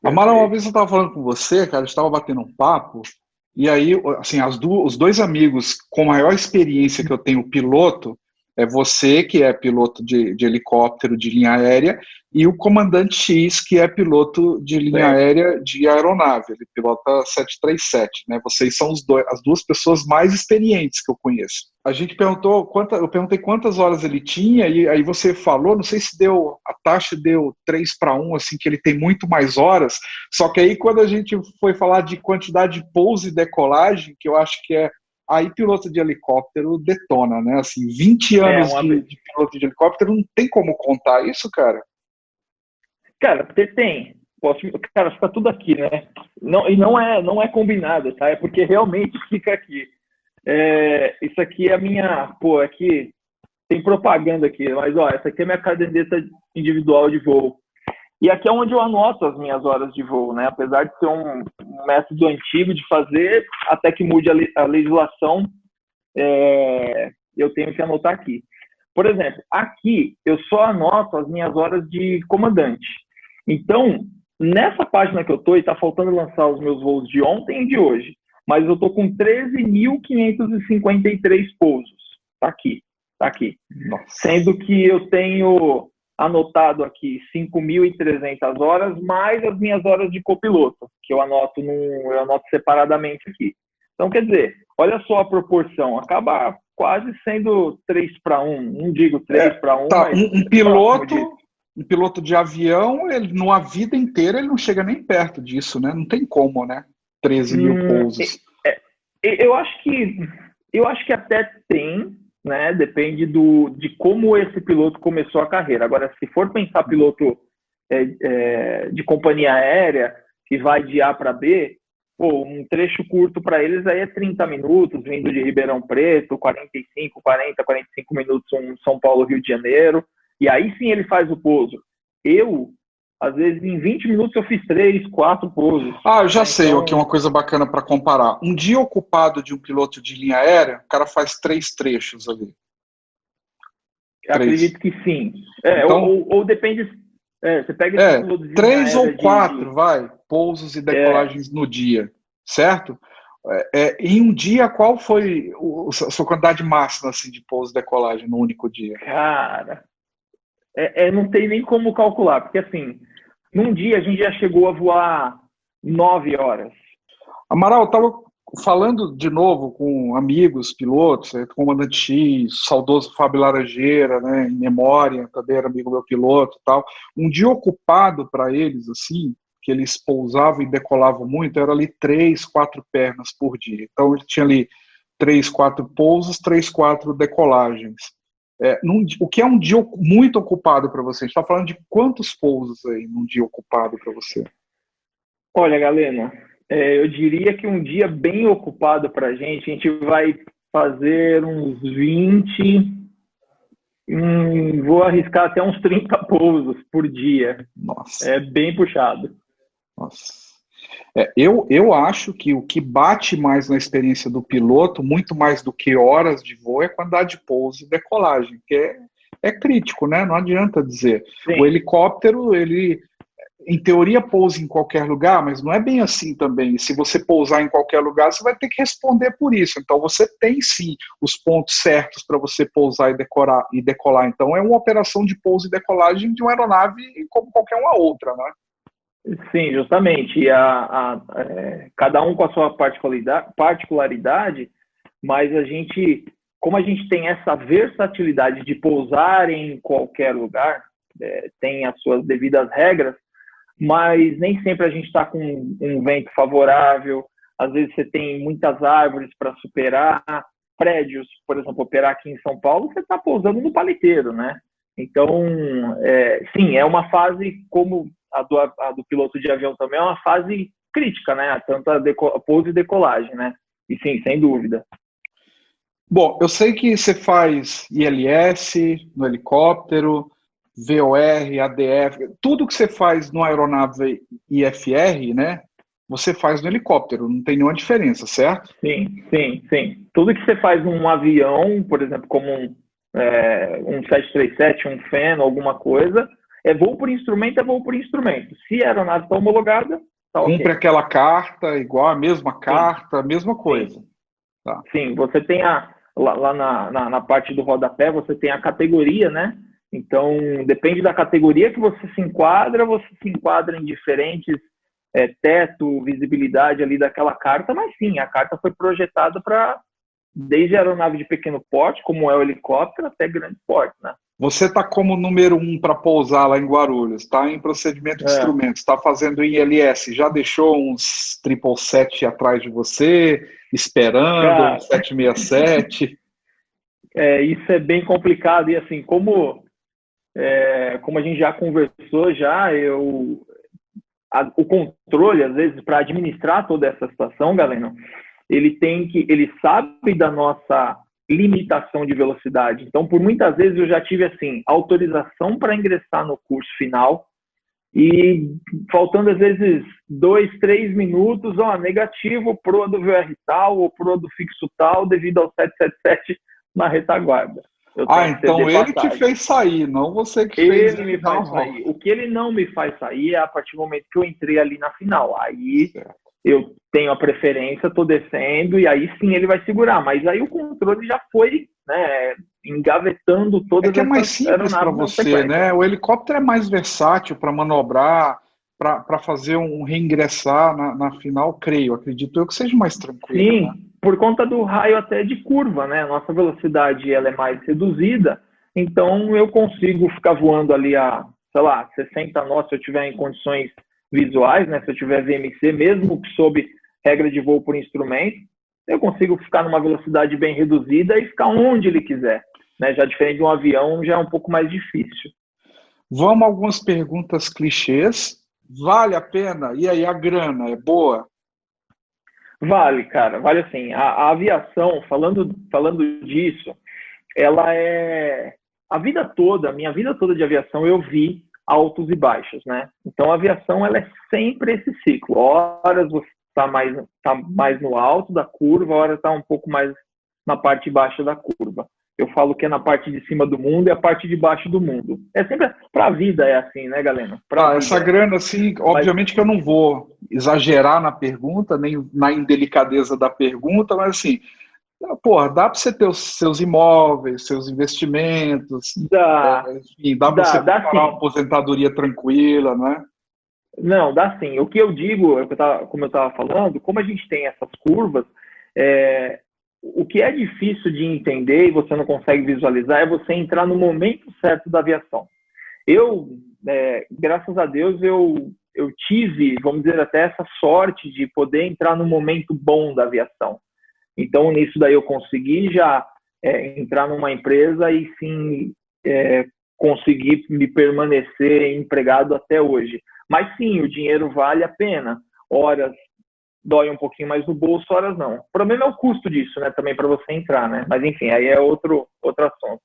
Amaral, uma vez eu estava falando com você, cara, a gente estava batendo um papo, e aí, assim, as du os dois amigos com maior experiência que eu tenho piloto, é você, que é piloto de, de helicóptero de linha aérea, e o comandante X, que é piloto de linha Certo. aérea de aeronave, ele pilota sete três sete, né? Vocês são os dois, as duas pessoas mais experientes que eu conheço. A gente perguntou, quanta, eu perguntei quantas horas ele tinha, e aí você falou, não sei se deu, a taxa deu três para um, assim, que ele tem muito mais horas, só que aí quando a gente foi falar de quantidade de pouso e decolagem, que eu acho que é aí piloto de helicóptero detona, né? Assim, vinte É, anos uma... de, de piloto de helicóptero, não tem como contar isso, cara? Cara, você tem. Posso... Cara, fica tudo aqui, né? Não, e não é, não é combinado, tá? É porque realmente fica aqui. É, isso aqui é a minha... Pô, aqui tem propaganda aqui, mas ó, essa aqui é a minha caderneta individual de voo. E aqui é onde eu anoto as minhas horas de voo, né? Apesar de ser um, um método antigo de fazer, até que mude a, le a legislação, é, eu tenho que anotar aqui. Por exemplo, aqui eu só anoto as minhas horas de comandante. Então, nessa página que eu estou, e está faltando lançar os meus voos de ontem e de hoje, mas eu estou com treze mil quinhentos e cinquenta e três pousos. Tá aqui, tá aqui. Nossa. Sendo que eu tenho anotado aqui cinco mil e trezentas horas, mais as minhas horas de copiloto, que eu anoto, num, eu anoto separadamente aqui. Então, quer dizer, olha só a proporção, acaba quase sendo três para um, não digo três para um, tá, mas um, um piloto, um piloto de avião, ele, numa vida inteira, ele não chega nem perto disso, né? Não tem como, né? treze mil hum, pousos. É, é, eu acho que eu acho que até tem, né? Depende do, de como esse piloto começou a carreira. Agora, se for pensar piloto é, é, de companhia aérea, que vai de A para B, pô, um trecho curto para eles aí é trinta minutos, vindo de Ribeirão Preto, quarenta e cinco, quarenta, quarenta e cinco minutos um São Paulo, Rio de Janeiro, e aí sim ele faz o pouso. Eu, às vezes, em vinte minutos eu fiz três, quatro pousos. Ah, eu já né? sei Então, o que é uma coisa bacana para comparar. Um dia ocupado de um piloto de linha aérea, o cara faz três trechos ali. acredito que sim. É, Então, ou, ou, ou depende... É, você pega esses é, pilotos de linha três ou aérea de... quatro, de vai, pousos e é, decolagens no dia, certo? É, é, em um dia, qual foi o, a sua quantidade máxima assim, de pouso e decolagem no único dia? cara, é, é, não tem nem como calcular, porque assim, num dia a gente já chegou a voar nove horas. Amaral, eu estava falando de novo com amigos, pilotos, é, comandante X, saudoso Fábio Laranjeira, né, em memória, também era amigo meu piloto e tal. Um dia ocupado para eles, assim, que eles pousavam e decolavam muito, era ali três, quatro pernas por dia. Então ele tinha ali três, quatro pousos, três, quatro decolagens. É, num, o que é um dia muito ocupado para você? A gente está falando de quantos pousos aí num dia ocupado para você? Olha, Galena, é, eu diria que um dia bem ocupado para a gente, a gente vai fazer uns vinte, hum, vou arriscar até uns trinta pousos por dia. Nossa. É bem puxado. Nossa. É, eu, eu acho que o que bate mais na experiência do piloto, muito mais do que horas de voo, é a quantidade de pouso e decolagem, que é, é crítico, né? Não adianta dizer. Sim. O helicóptero, ele, em teoria, pousa em qualquer lugar, mas não é bem assim também. Se você pousar em qualquer lugar, você vai ter que responder por isso. Então, você tem, sim, os pontos certos para você pousar e, decorar, e decolar. Então, é uma operação de pouso e decolagem de uma aeronave como qualquer uma outra, né? Sim, justamente. E a, a, é, cada um com a sua particularidade, particularidade, mas a gente, como a gente tem essa versatilidade de pousar em qualquer lugar, é, tem as suas devidas regras, mas nem sempre a gente está com um vento favorável, às vezes você tem muitas árvores para superar, prédios, por exemplo, operar aqui em São Paulo, você está pousando no paliteiro, né? Então, é, sim, é uma fase como a do, a do piloto de avião também, é uma fase crítica, né? Tanto a, deco, a pouso e decolagem, né? E sim, sem dúvida. Bom, eu sei que você faz I L S no helicóptero, V O R, A D F, tudo que você faz no aeronave I F R, né? Você faz no helicóptero, não tem nenhuma diferença, certo? Sim, sim, sim. Tudo que você faz num avião, por exemplo, como um, é, um sete três sete, um F A N, alguma coisa, É voo por instrumento, é voo por instrumento. Se a aeronave está homologada, tá ok. Cumpre aquela carta, igual a mesma carta, a mesma coisa. Sim, Tá. Sim. Você tem a, lá, lá na, na, na parte do rodapé, você tem a categoria, né? Então, depende da categoria que você se enquadra, você se enquadra em diferentes é, teto, visibilidade ali daquela carta, mas sim, a carta foi projetada para desde aeronave de pequeno porte, como é o helicóptero, até grande porte, né? Você está como número um para pousar lá em Guarulhos, está em procedimento de É. instrumentos, está fazendo I L S, já deixou uns triple sete atrás de você, esperando, Cara, um sete seis sete? É, isso é bem complicado e assim, como, é, como a gente já conversou já, eu, a, o controle, às vezes, para administrar toda essa situação, Galeno, ele tem que, ele sabe da nossa limitação de velocidade. Então, por muitas vezes eu já tive assim, autorização para ingressar no curso final e faltando às vezes dois, três minutos, ó, negativo, proa do V R tal ou proa do fixo tal devido ao sete sete sete na retaguarda. Eu Ah, tenho que então ceder ele te passagem. fez sair, não você que Ele fez me dar uma faz sair. O que ele não me faz sair é a partir do momento que eu entrei ali na final. Aí Certo. eu tenho a preferência, estou descendo, e aí sim ele vai segurar. Mas aí o controle já foi, né, engavetando todas É que é mais essas simples para aeronaves na você, sequência. né? O helicóptero é mais versátil para manobrar, para fazer um reingressar na, na final, creio. Acredito eu que seja mais tranquilo, né? Sim, por conta do raio até de curva, né? Nossa velocidade ela é mais reduzida, então eu consigo ficar voando ali a, sei lá, sessenta nós se eu tiver em condições visuais, né? Se eu tiver V M C, mesmo que sob regra de voo por instrumento, eu consigo ficar numa velocidade bem reduzida e ficar onde ele quiser, né? Já diferente de um avião, já é um pouco mais difícil. Vamos a algumas perguntas clichês. Vale a pena? E aí, a grana é boa? Vale, cara, vale assim. A, a aviação, falando, falando disso, ela é... A vida toda, a minha vida toda de aviação, eu vi altos e baixos, né? Então, a aviação, ela é sempre esse ciclo. Horas você está mais, tá mais no alto da curva, horas está um pouco mais na parte baixa da curva. Eu falo que é na parte de cima do mundo e a parte de baixo do mundo. É sempre... Para a vida é assim, né, Galeno? Pra Ah, vida. essa grana, assim, obviamente Mas... que eu não vou exagerar na pergunta, nem na indelicadeza da pergunta, mas assim, porra, dá para você ter os seus imóveis, seus investimentos, Dá, é, enfim, dá para dá, você dá preparar sim. uma aposentadoria tranquila, né? Não, dá sim. O que eu digo, eu tava, como eu estava falando, como a gente tem essas curvas, é, o que é difícil de entender e você não consegue visualizar é você entrar no momento certo da aviação. Eu, é, graças a Deus, eu, eu tive, vamos dizer, até essa sorte de poder entrar no momento bom da aviação. Então, nisso daí eu consegui já é, entrar numa empresa e sim é, conseguir me permanecer empregado até hoje. Mas sim, o dinheiro vale a pena. Horas dói um pouquinho mais no bolso, horas não. O problema é o custo disso, né? Também para você entrar, né? Mas enfim, aí é outro, outro assunto.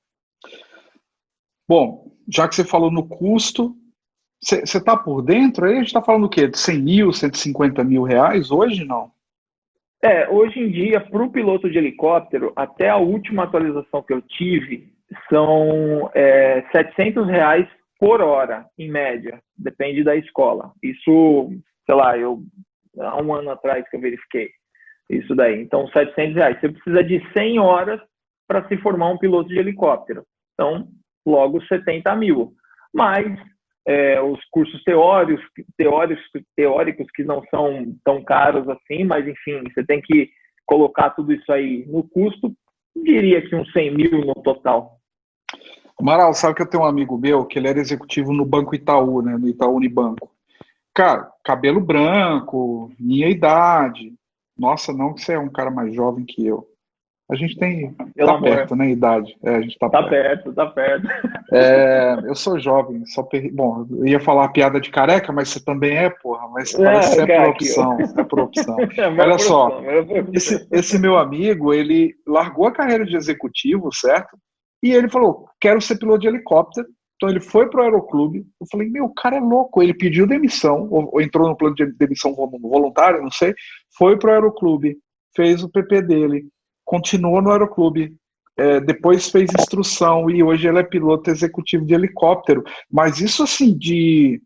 Bom, já que você falou no custo, você está por dentro aí? A gente está falando o quê? De cem mil, cento e cinquenta mil reais hoje, não? É, hoje em dia, para o piloto de helicóptero, até a última atualização que eu tive, são é, setecentos reais por hora, em média. Depende da escola. Isso, sei lá, eu há um ano atrás que eu verifiquei isso daí. Então, setecentos reais. Você precisa de cem horas para se formar um piloto de helicóptero. Então, logo setenta mil. Mas é, os cursos teóricos, teóricos, teóricos que não são tão caros assim, mas enfim, você tem que colocar tudo isso aí no custo, diria que uns cem mil no total. Amaral, sabe que eu tenho um amigo meu que ele era executivo no Banco Itaú, né, no Itaú Unibanco. Cara, cabelo branco, minha idade. Nossa, não que você é um cara mais jovem que eu. A gente tem... Pelo tá amor. perto, né, idade. É, a gente tá, Tá perto. perto, tá perto. É, eu sou jovem, só per... Bom, eu ia falar a piada de careca, mas você também é, porra, mas parece que é por opção, é por opção. Olha só, esse, esse meu amigo, ele largou a carreira de executivo, certo? E ele falou, quero ser piloto de helicóptero. Então ele foi pro aeroclube. Eu falei, meu, o cara é louco. Ele pediu demissão, ou, ou entrou no plano de demissão voluntária, não sei. Foi pro aeroclube, fez o P P dele, continuou no aeroclube, é, depois fez instrução e hoje ele é piloto executivo de helicóptero. Mas isso assim, de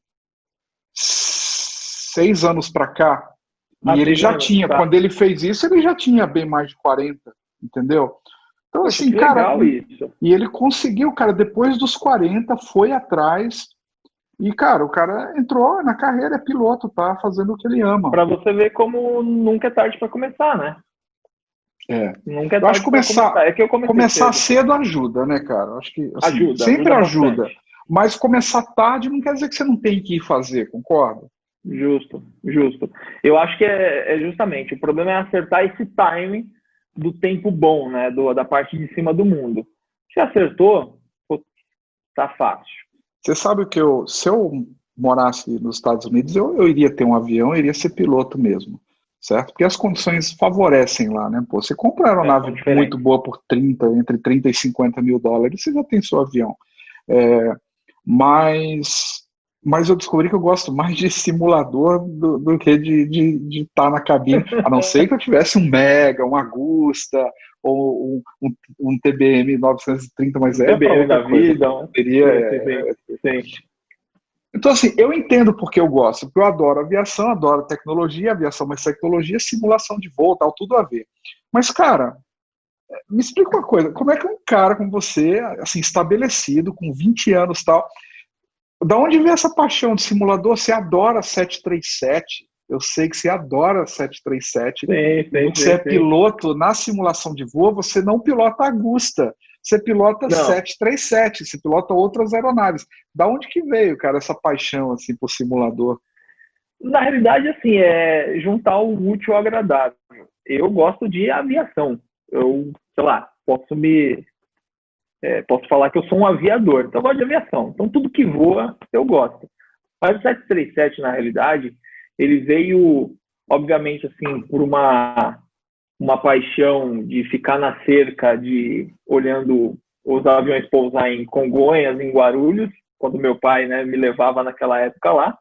seis anos para cá, Há e ele seis já anos, tinha, tá? quando ele fez isso, ele já tinha bem mais de quarenta, entendeu? Então, Poxa, assim, que cara, legal isso. e ele conseguiu, cara, depois dos quarenta, foi atrás, e, cara, o cara entrou na carreira, é piloto, tá fazendo o que ele ama. Para você ver como nunca é tarde para começar, né? É. Nunca é Eu acho que tarde para começar, começar. É que eu comecei começar cedo. cedo ajuda, né, cara? Eu acho que, assim, Ajuda, sempre ajuda ajuda, bastante. mas começar tarde não quer dizer que você não tem que ir fazer, concorda? Justo, justo. Eu acho que é, é justamente, o problema é acertar esse time do tempo bom, né? Do, da parte de cima do mundo. Se acertou, pô, tá fácil. Você sabe que eu, se eu morasse nos Estados Unidos, eu, eu iria ter um avião, eu iria ser piloto mesmo, certo? Porque as condições favorecem lá, né? Pô, você compra uma É, são aeronave muito diferentes. boa por trinta, entre trinta e cinquenta mil dólares, você já tem seu avião. É, mas, mas eu descobri que eu gosto mais de simulador do, do que de de de estar na cabine, a não ser que eu tivesse um Mega, um Agusta, ou um, um, um T B M novecentos e trinta, mas Um é para T B M outra da coisa. vida. Um... Teria, Sim, sim, sim. é, Sim. então, assim, eu entendo porque eu gosto, porque eu adoro aviação, adoro tecnologia, aviação, mas tecnologia, simulação de voo, tal, tudo a ver. Mas, cara, me explica uma coisa, como é que um cara como você, assim, estabelecido, com vinte anos tal, da onde vem essa paixão de simulador? Você adora sete três sete, eu sei que você adora sete três sete, Sim, e sim, você é sim, sim. piloto na simulação de voo, você não pilota Agusta, você pilota Não, sete três sete, você pilota outras aeronaves. Da onde que veio, cara, essa paixão assim por simulador? na realidade, assim, é juntar o útil ao agradável. Eu gosto de aviação. Eu, sei lá, posso me é, posso falar que eu sou um aviador, então eu gosto de aviação. Então tudo que voa, eu gosto. Mas o sete três sete, na realidade, ele veio, obviamente, assim, por uma, uma paixão de ficar na cerca, de olhando os aviões pousar em Congonhas, em Guarulhos, quando meu pai, né, me levava naquela época lá.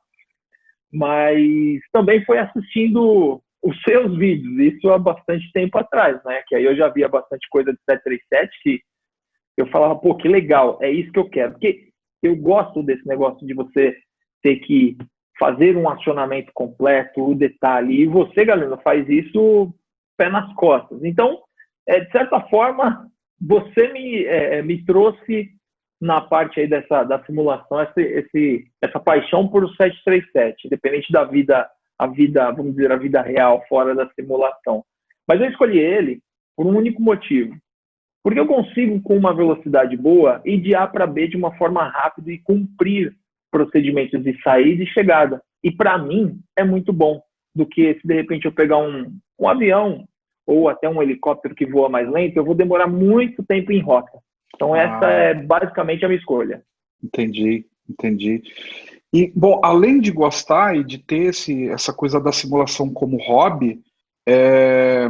Mas também foi assistindo os seus vídeos, isso há bastante tempo atrás, né? Que aí eu já via bastante coisa de sete três sete que eu falava, pô, que legal, é isso que eu quero. Porque eu gosto desse negócio de você ter que fazer um acionamento completo, o detalhe. E você, galera, faz isso pé nas costas. Então, é, de certa forma, você me, é, me trouxe na parte aí dessa da simulação esse, esse, essa paixão por o sete três sete, independente da vida, a vida, vamos dizer, a vida real fora da simulação. Mas eu escolhi ele por um único motivo. Porque eu consigo, com uma velocidade boa, ir de A para B de uma forma rápida e cumprir procedimentos de saída e chegada. E para mim é muito bom do que se de repente eu pegar um, um avião ou até um helicóptero que voa mais lento, eu vou demorar muito tempo em rota. Então essa Ah, é basicamente a minha escolha. entendi, entendi. E, bom, além de gostar e de ter esse, essa coisa da simulação como hobby, é,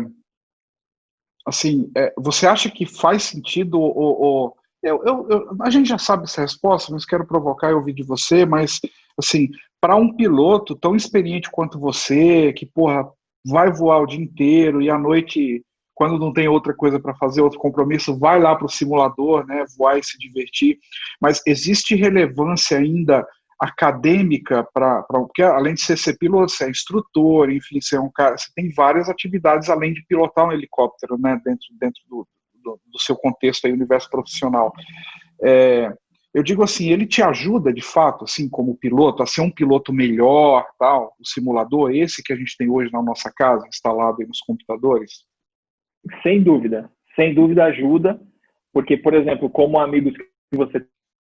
assim, é, você acha que faz sentido o, o- eu, eu- eu- a gente já sabe essa resposta, mas quero provocar e ouvir de você, mas assim, para um piloto tão experiente quanto você, que porra, vai voar o dia inteiro e à noite, quando não tem outra coisa para fazer, outro compromisso, vai lá para o simulador, né, voar e se divertir. Mas existe relevância ainda acadêmica para, porque além de ser, ser piloto, você é instrutor, enfim, você é um cara, você tem várias atividades além de pilotar um helicóptero, né, dentro, dentro do, do, do seu contexto aí, universo profissional. É, eu digo assim, ele te ajuda de fato, assim, como piloto, a ser um piloto melhor, tal, o simulador, esse que a gente tem hoje na nossa casa, instalado aí nos computadores? Sem dúvida, sem dúvida ajuda, porque, por exemplo, como amigos que você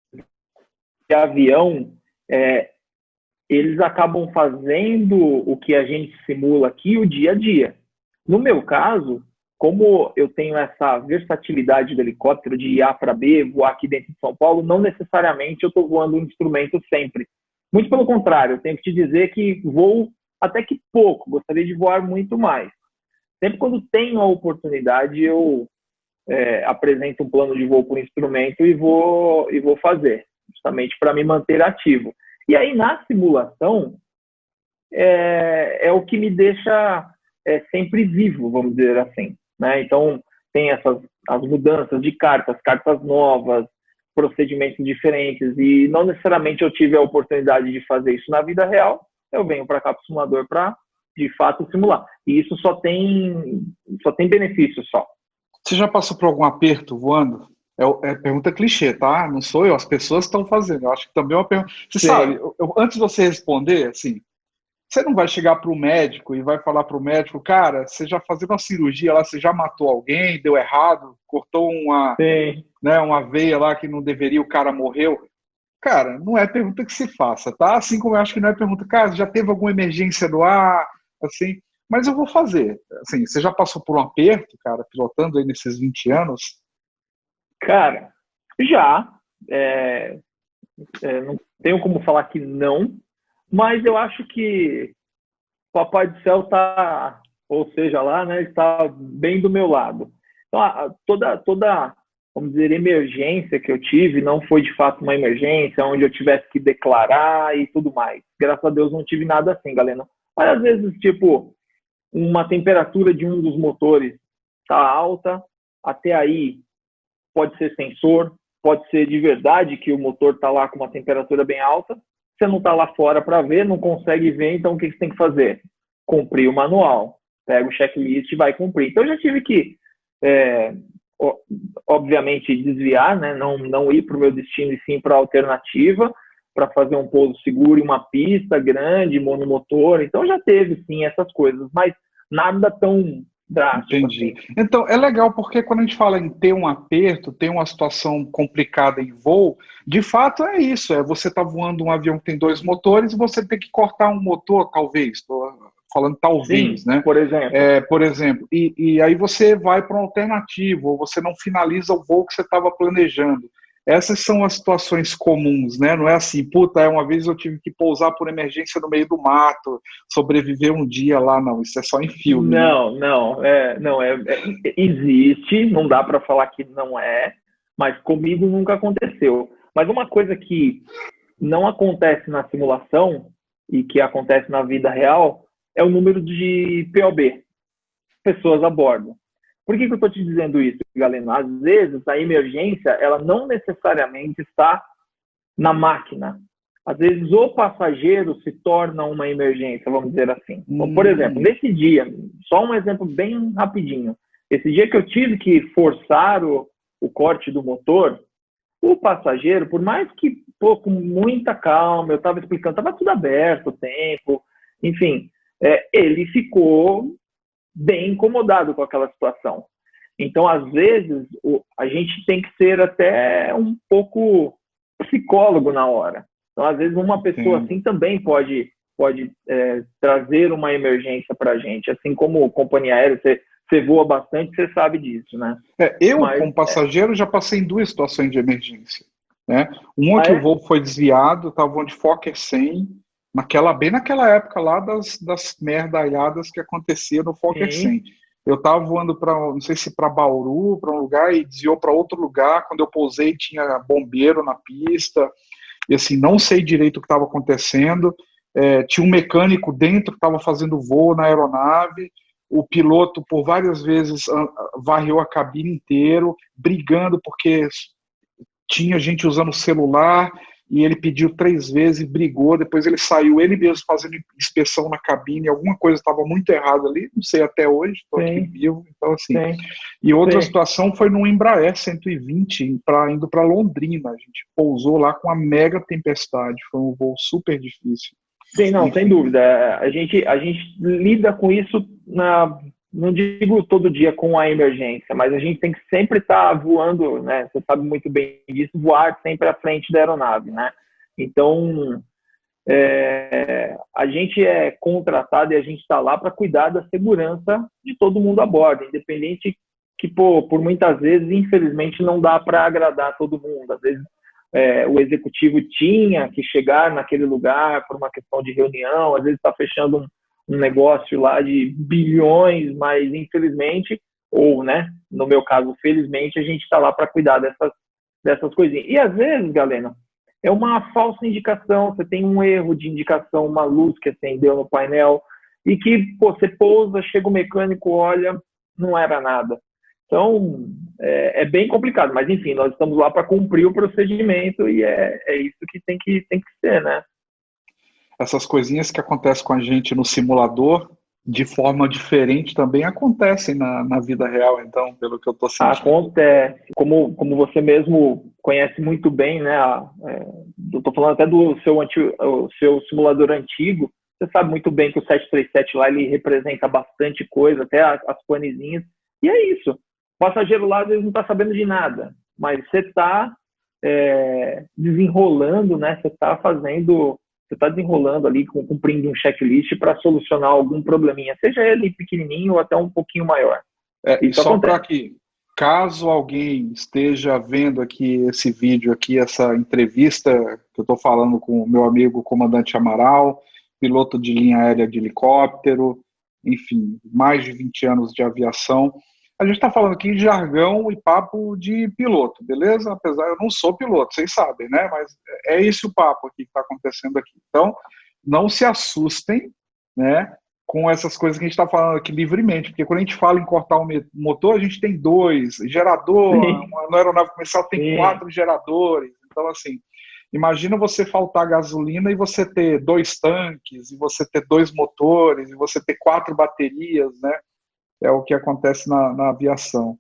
tem avião, é, eles acabam fazendo o que a gente simula aqui o dia a dia. No meu caso, como eu tenho essa versatilidade do helicóptero de ir A para B, voar aqui dentro de São Paulo, não necessariamente eu estou voando um instrumento sempre. Muito pelo contrário, eu tenho que te dizer que voo até que pouco, gostaria de voar muito mais. Sempre quando tenho a oportunidade, eu é, apresento um plano de voo por instrumento e vou, e vou fazer, justamente para me manter ativo. E aí, na simulação, é, é o que me deixa é, sempre vivo, vamos dizer assim. Né? Então, tem essas as mudanças de cartas, cartas novas, procedimentos diferentes, e não necessariamente eu tive a oportunidade de fazer isso na vida real, eu venho para cá para o simulador para, de fato, simular. E isso só tem, só tem benefício só. Você já passou por algum aperto voando? É, é pergunta clichê, tá? Não sou eu, as pessoas estão fazendo. Eu acho que também é uma pergunta. Você Sim. sabe, eu, eu, antes de você responder, assim, você não vai chegar para o médico e vai falar para o médico, cara, você já fazendo uma cirurgia lá, você já matou alguém, deu errado, cortou uma, né, uma veia lá que não deveria, o cara morreu. Cara, não é pergunta que se faça, tá? Assim como eu acho que não é pergunta, cara, já teve alguma emergência no ar, assim, mas eu vou fazer. Assim, você já passou por um aperto, cara, pilotando aí nesses vinte anos? Cara, já. É, é, não tenho como falar que não, mas eu acho que o Papai do Céu está, ou seja, lá, né, está bem do meu lado. Então, a, toda, toda, vamos dizer, emergência que eu tive não foi de fato uma emergência onde eu tivesse que declarar e tudo mais. Graças a Deus não tive nada assim, galera. Mas às vezes, tipo, uma temperatura de um dos motores está alta, até aí pode ser sensor, pode ser de verdade que o motor está lá com uma temperatura bem alta, você não está lá fora para ver, não consegue ver, então o que você tem que fazer? Cumprir o manual, pega o checklist e vai cumprir. Então eu já tive que, é, obviamente, desviar, né? não, não ir para o meu destino e sim para a alternativa, para fazer um pouso seguro em uma pista grande, monomotor. Então já teve sim essas coisas, mas nada tão drástico. Entendi. Assim. Então é legal porque quando a gente fala em ter um aperto, ter uma situação complicada em voo, de fato é isso, é você tá voando um avião que tem dois motores e você tem que cortar um motor, talvez, estou falando talvez, sim, né? Por exemplo. É, por exemplo, e, e aí você vai para um alternativo, ou você não finaliza o voo que você estava planejando. Essas são as situações comuns, né? Não é assim, puta, uma vez eu tive que pousar por emergência no meio do mato, sobreviver um dia lá, não. Isso é só em filme, Não, né? não, é, não é, é existe, não dá para falar que não é, mas comigo nunca aconteceu. Mas uma coisa que não acontece na simulação e que acontece na vida real é o número de P O B, pessoas a bordo. Por que, que eu estou te dizendo isso, Galeno? Às vezes a emergência ela não necessariamente está na máquina. Às vezes o passageiro se torna uma emergência, vamos dizer assim. Então, por exemplo, nesse dia, só um exemplo bem rapidinho. Esse dia que eu tive que forçar o, o corte do motor, o passageiro, por mais que, pô, com muita calma, eu estava explicando, estava tudo aberto, o tempo, enfim, é, ele ficou bem incomodado com aquela situação. Então, às vezes, o, a gente tem que ser até um pouco psicólogo na hora. Então, às vezes, uma pessoa Sim. assim também pode, pode é, trazer uma emergência para a gente. Assim como companhia aérea, você, você voa bastante, você sabe disso, né? É, eu, Mas, como passageiro, é... já passei em duas situações de emergência. Né? Uma ah, que é? o voo foi desviado, estava voando de Fokker cem, naquela, bem naquela época lá das, das merdalhadas que acontecia no Fokker cem. Eu estava voando para, não sei se para Bauru, para um lugar, e desviou para outro lugar. Quando eu pousei, tinha bombeiro na pista. E assim, não sei direito o que estava acontecendo. É, tinha um mecânico dentro que estava fazendo voo na aeronave. O piloto, por várias vezes, varreu a cabine inteiro, brigando porque tinha gente usando o celular, e ele pediu três vezes, brigou, depois ele saiu, ele mesmo fazendo inspeção na cabine, alguma coisa estava muito errada ali, não sei até hoje, estou aqui vivo, então assim. Sim. E outra Sim. situação foi no Embraer cento e vinte, pra, indo para Londrina, a gente pousou lá com uma mega tempestade, foi um voo super difícil. Sim, não, Enfim. sem dúvida, a gente, a gente lida com isso, na, não digo todo dia com a emergência, mas a gente tem que sempre estar tá voando, né? Você sabe muito bem disso, voar sempre à frente da aeronave, né? Então, é, a gente é contratado e a gente está lá para cuidar da segurança de todo mundo a bordo, independente que, pô, por muitas vezes, infelizmente, não dá para agradar todo mundo. Às vezes, é, o executivo tinha que chegar naquele lugar por uma questão de reunião, às vezes está fechando um um negócio lá de bilhões, mas infelizmente, ou, né, no meu caso, felizmente, a gente está lá para cuidar dessas, dessas coisinhas. E às vezes, Galena, é uma falsa indicação, você tem um erro de indicação, uma luz que acendeu no painel, e que pô, você pousa, chega o mecânico, olha, não era nada. Então, é, é bem complicado, mas enfim, nós estamos lá para cumprir o procedimento e é, é isso que tem, que tem que ser, né? Essas coisinhas que acontecem com a gente no simulador, de forma diferente, também acontecem na, na vida real, então, pelo que eu estou sentindo. Acontece. Como, como você mesmo conhece muito bem, né? É, eu estou falando até do seu, antigo, o seu simulador antigo, você sabe muito bem que o sete três sete lá, ele representa bastante coisa, até as, as panezinhas, e é isso. O passageiro lá, às vezes, não está sabendo de nada, mas você está é, desenrolando, né? Você está fazendo... Você está desenrolando ali, cumprindo um checklist para solucionar algum probleminha, seja ele pequenininho ou até um pouquinho maior. É, e só para que, caso alguém esteja vendo aqui esse vídeo aqui, essa entrevista que eu estou falando com o meu amigo comandante Amaral, piloto de linha aérea de helicóptero, enfim, mais de vinte anos de aviação, a gente está falando aqui de jargão e papo de piloto, beleza? Apesar, eu não sou piloto, vocês sabem, né? Mas é esse o papo aqui que está acontecendo aqui. Então, não se assustem, né, com essas coisas que a gente está falando aqui livremente, porque quando a gente fala em cortar o motor, a gente tem dois, gerador, uma, na aeronave comercial tem Sim. quatro geradores. Então, assim, imagina você faltar gasolina e você ter dois tanques, e você ter dois motores, e você ter quatro baterias, né? É o que acontece na, na aviação.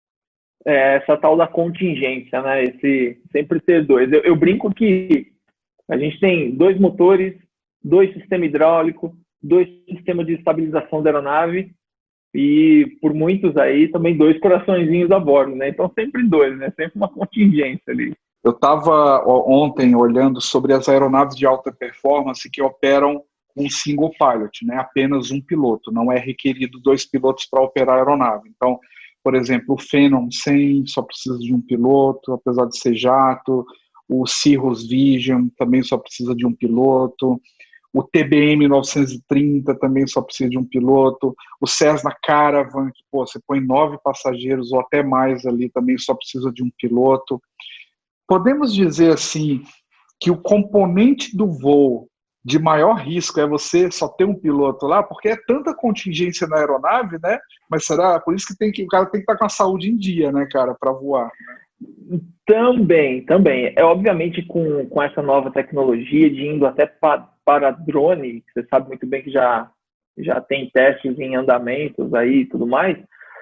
É essa tal da contingência, né? Esse sempre ter dois. Eu, eu brinco que a gente tem dois motores, dois sistemas hidráulicos, dois sistemas de estabilização da aeronave e, por muitos aí, também dois coraçõezinhos a bordo, né? Então, sempre dois, né? Sempre uma contingência ali. Eu estava ontem olhando sobre as aeronaves de alta performance que operam um single pilot, né? Apenas um piloto, não é requerido dois pilotos para operar a aeronave. Então, por exemplo, o Phenom cem só precisa de um piloto, apesar de ser jato, o Cirrus Vision também só precisa de um piloto, o T B M novecentos e trinta também só precisa de um piloto, o Cessna Caravan, que pô, você põe nove passageiros ou até mais ali, também só precisa de um piloto. Podemos dizer assim que o componente do voo de maior risco é você só ter um piloto lá, porque é tanta contingência na aeronave, né? Mas será? Por isso que, tem que o cara tem que estar com a saúde em dia, né, cara, para voar. Né? Também, também. É obviamente com, com essa nova tecnologia de indo até pa, para drone, que você sabe muito bem que já, já tem testes em andamentos aí e tudo mais,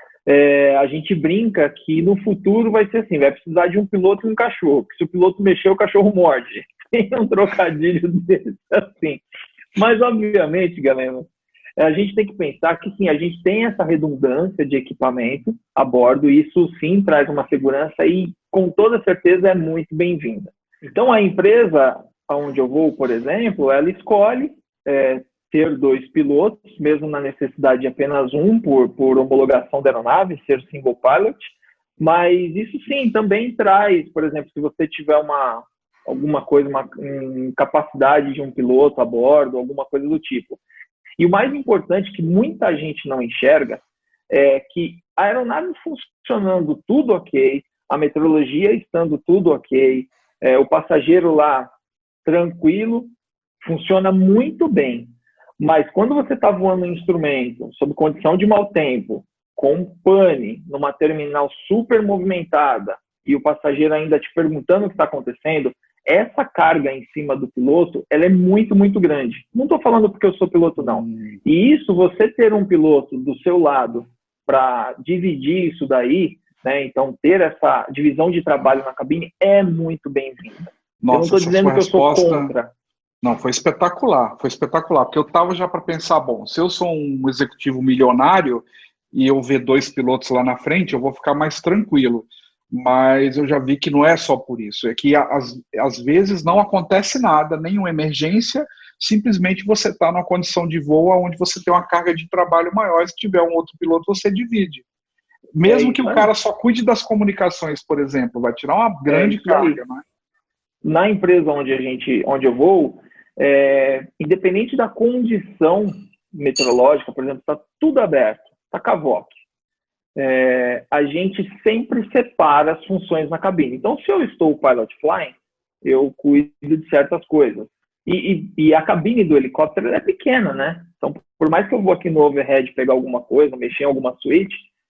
é, a gente brinca que no futuro vai ser assim, vai precisar de um piloto e um cachorro, que se o piloto mexer, o cachorro morde. Tem um trocadilho desse assim. Mas, obviamente, galera, a gente tem que pensar que, sim, a gente tem essa redundância de equipamento a bordo, e isso, sim, traz uma segurança e, com toda certeza, é muito bem-vinda. Então, a empresa onde eu vou, por exemplo, ela escolhe é, ter dois pilotos, mesmo na necessidade de apenas um por, por homologação da aeronave, ser single pilot, mas isso, sim, também traz, por exemplo, se você tiver uma... alguma coisa, uma incapacidade de um piloto a bordo, alguma coisa do tipo. E o mais importante, que muita gente não enxerga, é que a aeronave funcionando tudo ok, a meteorologia estando tudo ok, é, o passageiro lá tranquilo, funciona muito bem. Mas quando você está voando um instrumento, sob condição de mau tempo, com pane, numa terminal super movimentada, e o passageiro ainda te perguntando o que está acontecendo, essa carga em cima do piloto, ela é muito, muito grande. Não estou falando porque eu sou piloto, não. E isso, você ter um piloto do seu lado para dividir isso daí, né, então ter essa divisão de trabalho na cabine é muito bem-vinda. Eu não estou dizendo que resposta... eu sou contra. Não, foi espetacular, foi espetacular, porque eu estava já para pensar, bom, se eu sou um executivo milionário e eu ver dois pilotos lá na frente, eu vou ficar mais tranquilo. Mas eu já vi que não é só por isso, é que às, às vezes não acontece nada, nenhuma emergência, simplesmente você está numa condição de voo onde você tem uma carga de trabalho maior, se tiver um outro piloto você divide. Mesmo é que o aí. cara só cuide das comunicações, por exemplo, vai tirar uma grande é carga. Né? Na empresa onde, a gente, onde eu vou, é, independente da condição meteorológica, por exemplo, está tudo aberto, está cavoque. É, a gente sempre separa as funções na cabine. Então, se eu estou pilot flying, eu cuido de certas coisas. E, e, e a cabine do helicóptero é pequena, né? Então, por mais que eu vou aqui no overhead pegar alguma coisa, mexer em alguma switch,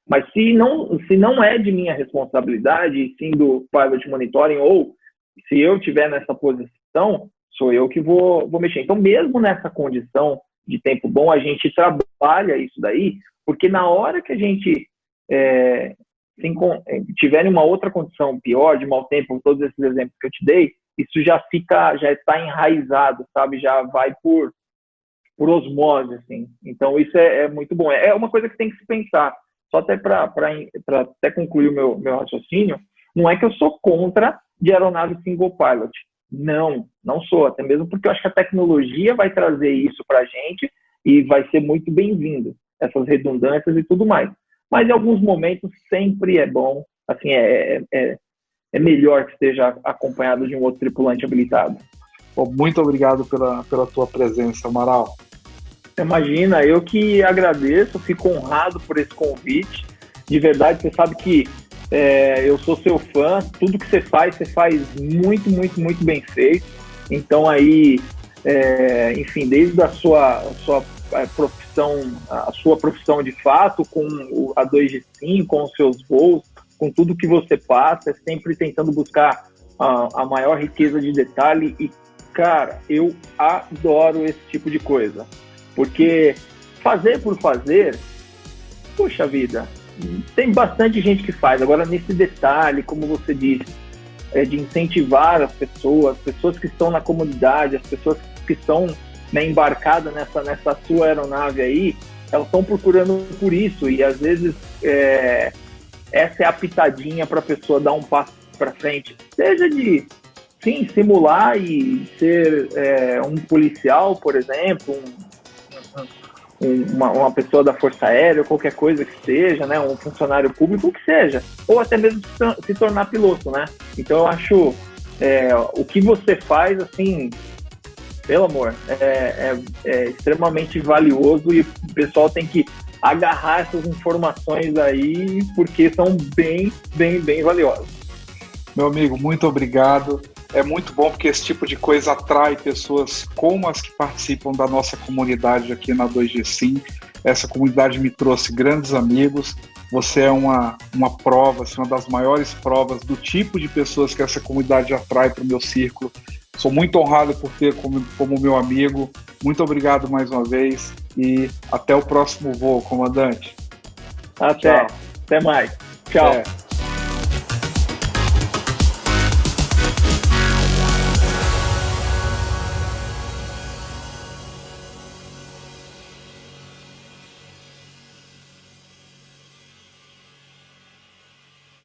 Mas se não, se não é de minha responsabilidade, sim do Pilot Monitoring, ou se eu estiver nessa posição, sou eu que vou, vou mexer. Então, mesmo nessa condição de tempo bom, a gente trabalha isso daí, porque na hora que a gente é, se, tiver em uma outra condição pior, de mau tempo, todos esses exemplos que eu te dei, isso já fica, já está enraizado, sabe? Já vai por, por osmose, assim. Então, isso é, é muito bom. É uma coisa que tem que se pensar. Só até para até concluir o meu, meu raciocínio, não é que eu sou contra de aeronave single pilot. Não, não sou. Até mesmo porque eu acho que a tecnologia vai trazer isso para a gente e vai ser muito bem-vindo, essas redundâncias e tudo mais. Mas em alguns momentos sempre é bom, assim, é, é, é melhor que esteja acompanhado de um outro tripulante habilitado. Bom, muito obrigado pela, pela tua presença, Amaral. Imagina, eu que agradeço, fico honrado por esse convite. De verdade, você sabe que é, eu sou seu fã, tudo que você faz, você faz muito, muito, muito bem feito. Então aí, é, enfim, desde a sua, a sua profissão, a sua profissão de fato, com a dois G cinco, com os seus voos, com tudo que você passa, é sempre tentando buscar a, a maior riqueza de detalhe e, cara, eu adoro esse tipo de coisa. Porque fazer por fazer, puxa vida, tem bastante gente que faz. Agora, nesse detalhe, como você disse, é de incentivar as pessoas, as pessoas que estão na comunidade, as pessoas que estão, né, embarcadas nessa, nessa sua aeronave aí, elas estão procurando por isso. E, às vezes, é, essa é a pitadinha para a pessoa dar um passo para frente. Seja de, sim, simular e ser é, um policial, por exemplo, um Uma, uma pessoa da Força Aérea, qualquer coisa que seja, né, um funcionário público, o que seja, ou até mesmo se, se tornar piloto, né? Então eu acho é, o que você faz, assim, pelo amor, é, é, é extremamente valioso e o pessoal tem que agarrar essas informações aí, porque são bem, bem, bem valiosas. Meu amigo, muito obrigado. É muito bom porque esse tipo de coisa atrai pessoas como as que participam da nossa comunidade aqui na dois G cinco. Essa comunidade me trouxe grandes amigos. Você é uma, uma prova, assim, uma das maiores provas do tipo de pessoas que essa comunidade atrai para o meu círculo. Sou muito honrado por ter como, como meu amigo. Muito obrigado mais uma vez e até o próximo voo, comandante. Até. Tchau. Até mais. Tchau. É.